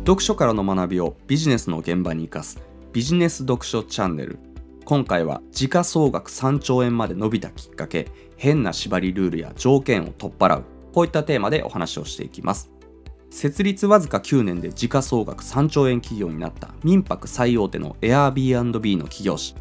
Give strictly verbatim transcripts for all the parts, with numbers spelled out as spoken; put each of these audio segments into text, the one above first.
読書からの学びをビジネスの現場に生かすビジネス読書チャンネル。今回は時価総額さんちょうえんまで伸びたきっかけ、変な縛りルールや条件を取っ払う、こういったテーマでお話をしていきます。設立わずかきゅうねんで時価総額さんちょうえん企業になった民泊最大手の Airbnb の起業誌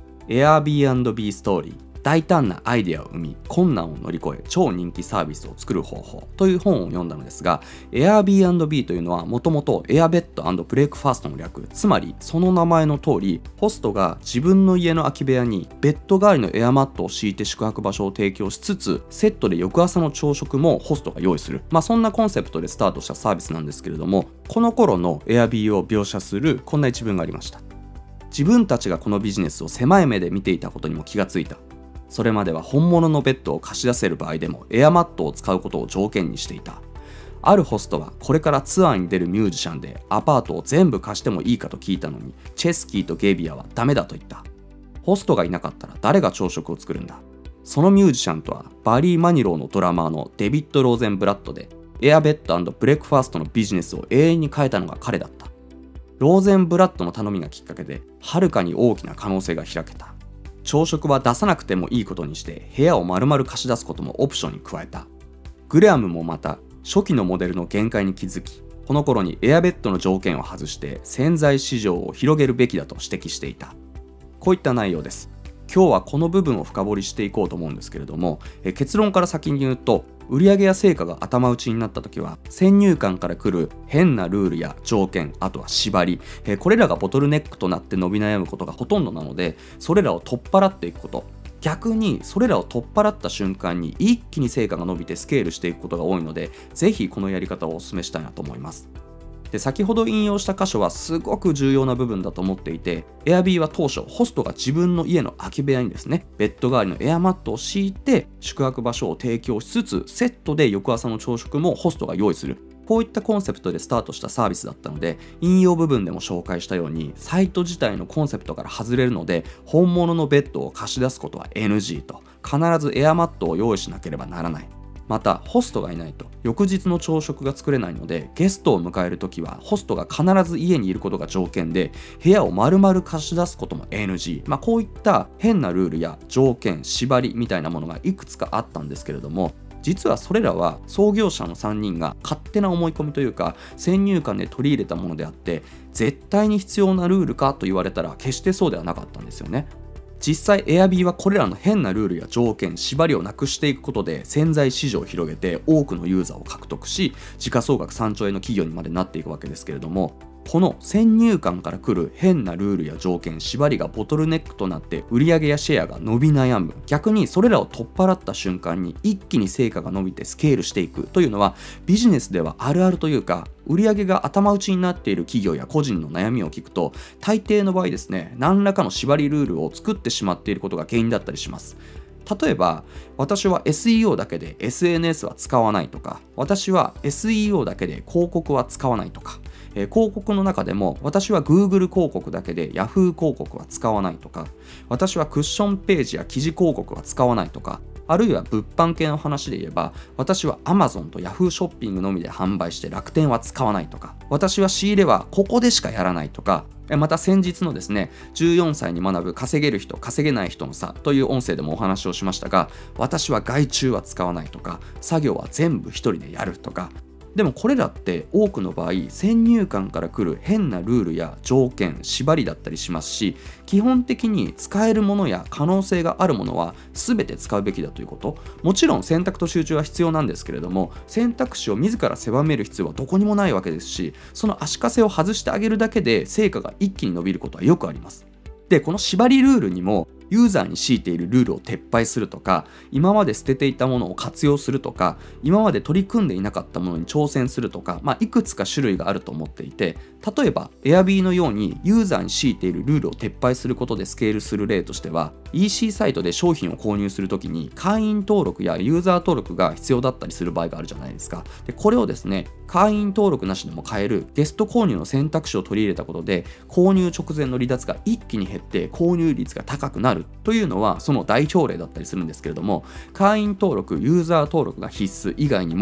Airbnb ストーリー、大胆なアイデアを生み困難を乗り越え超人気サービスを作る方法という本を読んだのですが、 Airbnb というのはもともとエアベッド&ブレイクファーストの略、つまりその名前の通りホストが自分の家の空き部屋にベッド代わりのエアマットを敷いて宿泊場所を提供しつつ、セットで翌朝の朝食もホストが用意する、まあそんなコンセプトでスタートしたサービスなんですけれども、この頃の Airb を描写するこんな一文がありました。自分たちがこのビジネスを狭い目で見ていたことにも気がついた。それまでは本物のベッドを貸し出せる場合でもエアマットを使うことを条件にしていた。あるホストはこれからツアーに出るミュージシャンでアパートを全部貸してもいいかと聞いたのに、チェスキーとゲイビアはダメだと言った。ホストがいなかったら誰が朝食を作るんだ。そのミュージシャンとはバリー・マニローのドラマーのデビッド・ローゼンブラッドで、エアベッド&ブレックファーストのビジネスを永遠に変えたのが彼だった。ローゼンブラッドの頼みがきっかけではるかに大きな可能性が開けた。朝食は出さなくてもいいことにして部屋を丸々貸し出すこともオプションに加えた。グレアムもまた初期のモデルの限界に気づき、この頃にエアベッドの条件を外して潜在市場を広げるべきだと指摘していた。こういった内容です。今日はこの部分を深掘りしていこうと思うんですけれども、え結論から先に言うと、売上や成果が頭打ちになった時は先入観から来る変なルールや条件、あとは縛り、えこれらがボトルネックとなって伸び悩むことがほとんどなので、それらを取っ払っていくこと、逆にそれらを取っ払った瞬間に一気に成果が伸びてスケールしていくことが多いので、ぜひこのやり方をお勧めしたいなと思います。で、先ほど引用した箇所はすごく重要な部分だと思っていて、Airb は当初ホストが自分の家の空き部屋にですね、ベッド代わりのエアマットを敷いて宿泊場所を提供しつつ、セットで翌朝の朝食もホストが用意する、こういったコンセプトでスタートしたサービスだったので、引用部分でも紹介したようにサイト自体のコンセプトから外れるので、本物のベッドを貸し出すことは エヌジー と、必ずエアマットを用意しなければならない。またホストがいないと翌日の朝食が作れないので、ゲストを迎えるときはホストが必ず家にいることが条件で、部屋を丸々貸し出すことも エヌジー、まあ、こういった変なルールや条件、縛りみたいなものがいくつかあったんですけれども、実はそれらは創業者のさんにんが勝手な思い込みというか先入観で取り入れたものであって、絶対に必要なルールかと言われたら決してそうではなかったんですよね。実際 Airb はこれらの変なルールや条件、縛りをなくしていくことで潜在市場を広げて多くのユーザーを獲得し、時価総額さんちょうえんの企業にまでなっていくわけですけれども、この先入観から来る変なルールや条件、縛りがボトルネックとなって売上やシェアが伸び悩む、逆にそれらを取っ払った瞬間に一気に成果が伸びてスケールしていくというのは、ビジネスではあるあるというか、売上が頭打ちになっている企業や個人の悩みを聞くと、大抵の場合ですね、何らかの縛りルールを作ってしまっていることが原因だったりします。例えば、私は エスイーオー だけで エスエヌエス は使わないとか、私は エスイーオー だけで広告は使わないとか、えー、広告の中でも私は Google 広告だけで Yahoo 広告は使わないとか、私はクッションページや記事広告は使わないとか、あるいは物販系の話で言えば、私は Amazon と Yahoo ショッピングのみで販売して楽天は使わないとか、私は仕入れはここでしかやらないとか、また先日のですね、じゅうよんさいに学ぶ稼げる人稼げない人の差という音声でもお話をしましたが、私は外注は使わないとか、作業は全部一人でやるとか。でもこれらって多くの場合先入観から来る変なルールや条件、縛りだったりしますし、基本的に使えるものや可能性があるものは全て使うべきだということ。もちろん選択と集中は必要なんですけれども、選択肢を自ら狭める必要はどこにもないわけですし、その足かせを外してあげるだけで成果が一気に伸びることはよくあります。で、この縛りルールにもユーザーに強いているルールを撤廃するとか、今まで捨てていたものを活用するとか、今まで取り組んでいなかったものに挑戦するとか、まあ、いくつか種類があると思っていて、例えば Airb のようにユーザーに強いているルールを撤廃することでスケールする例としては、 イーシー サイトで商品を購入するときに会員登録やユーザー登録が必要だったりする場合があるじゃないですか。で、これをですね、会員登録なしでも買えるゲスト購入の選択肢を取り入れたことで、購入直前の離脱が一気に減って購入率が高くなるというのはその代表例だったりするんですけれども、会員登録、ユーザー登録が必須以外にも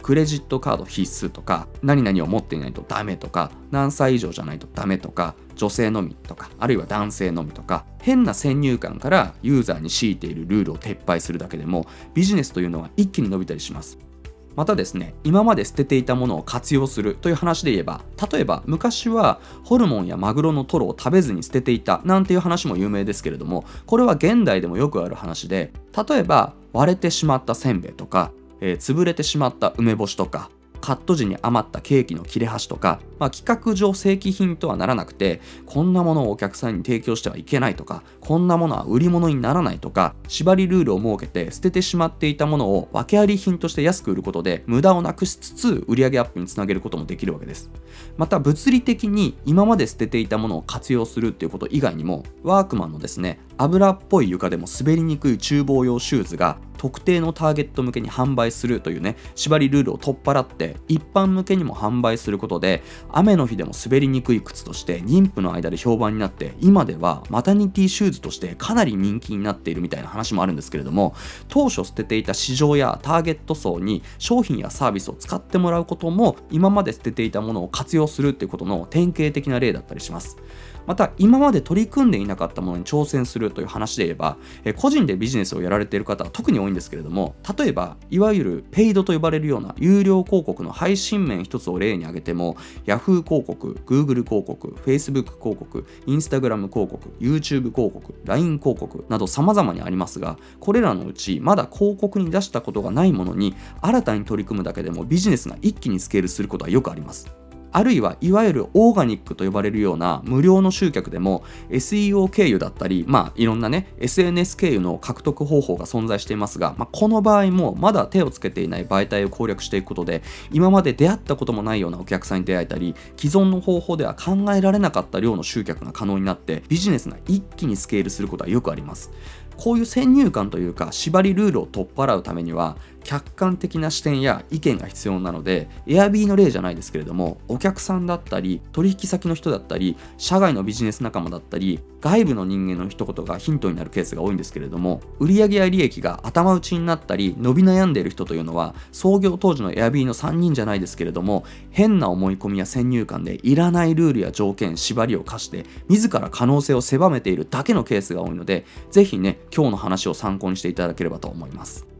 クレジットカード必須とか、何々を持っていないとダメとか、何歳以上じゃないとダメとか、女性のみとか、あるいは男性のみとか、変な先入観からユーザーに強いているルールを撤廃するだけでもビジネスというのは一気に伸びたりします。またですね、今まで捨てていたものを活用するという話で言えば、例えば昔はホルモンやマグロのトロを食べずに捨てていたなんていう話も有名ですけれども、これは現代でもよくある話で、例えば割れてしまったせんべいとか、えー、潰れてしまった梅干しとか、カット時に余ったケーキの切れ端とか、まあ、規格上正規品とはならなくて、こんなものをお客さんに提供してはいけないとか、こんなものは売り物にならないとか、縛りルールを設けて捨ててしまっていたものを訳あり品として安く売ることで無駄をなくしつつ売上アップにつなげることもできるわけです。また物理的に今まで捨てていたものを活用するっていうこと以外にも、ワークマンのですね、油っぽい床でも滑りにくい厨房用シューズが特定のターゲット向けに販売するというね、縛りルールを取っ払って一般向けにも販売することで、雨の日でも滑りにくい靴として妊婦の間で評判になって、今ではマタニティシューズとしてかなり人気になっているみたいな話もあるんですけれども、当初捨てていた市場やターゲット層に商品やサービスを使ってもらうことも、今まで捨てていたものを活用するっていうことの典型的な例だったりします。また今まで取り組んでいなかったものに挑戦するという話で言えば、え個人でビジネスをやられている方は特に多いんですけれども、例えばいわゆるペイドと呼ばれるような有料広告の配信面一つを例に挙げても、 Yahoo 広告、Google 広告、Facebook 広告、Instagram 広告、YouTube 広告、ライン 広告など様々にありますが、これらのうちまだ広告に出したことがないものに新たに取り組むだけでもビジネスが一気にスケールすることはよくあります。あるいはいわゆるオーガニックと呼ばれるような無料の集客でも エスイーオー 経由だったり、まあいろんなね エスエヌエス 経由の獲得方法が存在していますが、まあ、この場合もまだ手をつけていない媒体を攻略していくことで、今まで出会ったこともないようなお客さんに出会えたり、既存の方法では考えられなかった量の集客が可能になってビジネスが一気にスケールすることはよくあります。こういう先入観というか縛りルールを取っ払うためには客観的な視点や意見が必要なので、 Airb の例じゃないですけれども、お客さんだったり取引先の人だったり社外のビジネス仲間だったり外部の人間の一言がヒントになるケースが多いんですけれども、売上や利益が頭打ちになったり伸び悩んでいる人というのは、創業当時の Airb のさんにんじゃないですけれども、変な思い込みや先入観でいらないルールや条件縛りを課して自ら可能性を狭めているだけのケースが多いので、ぜひね今日の話を参考にしていただければと思います。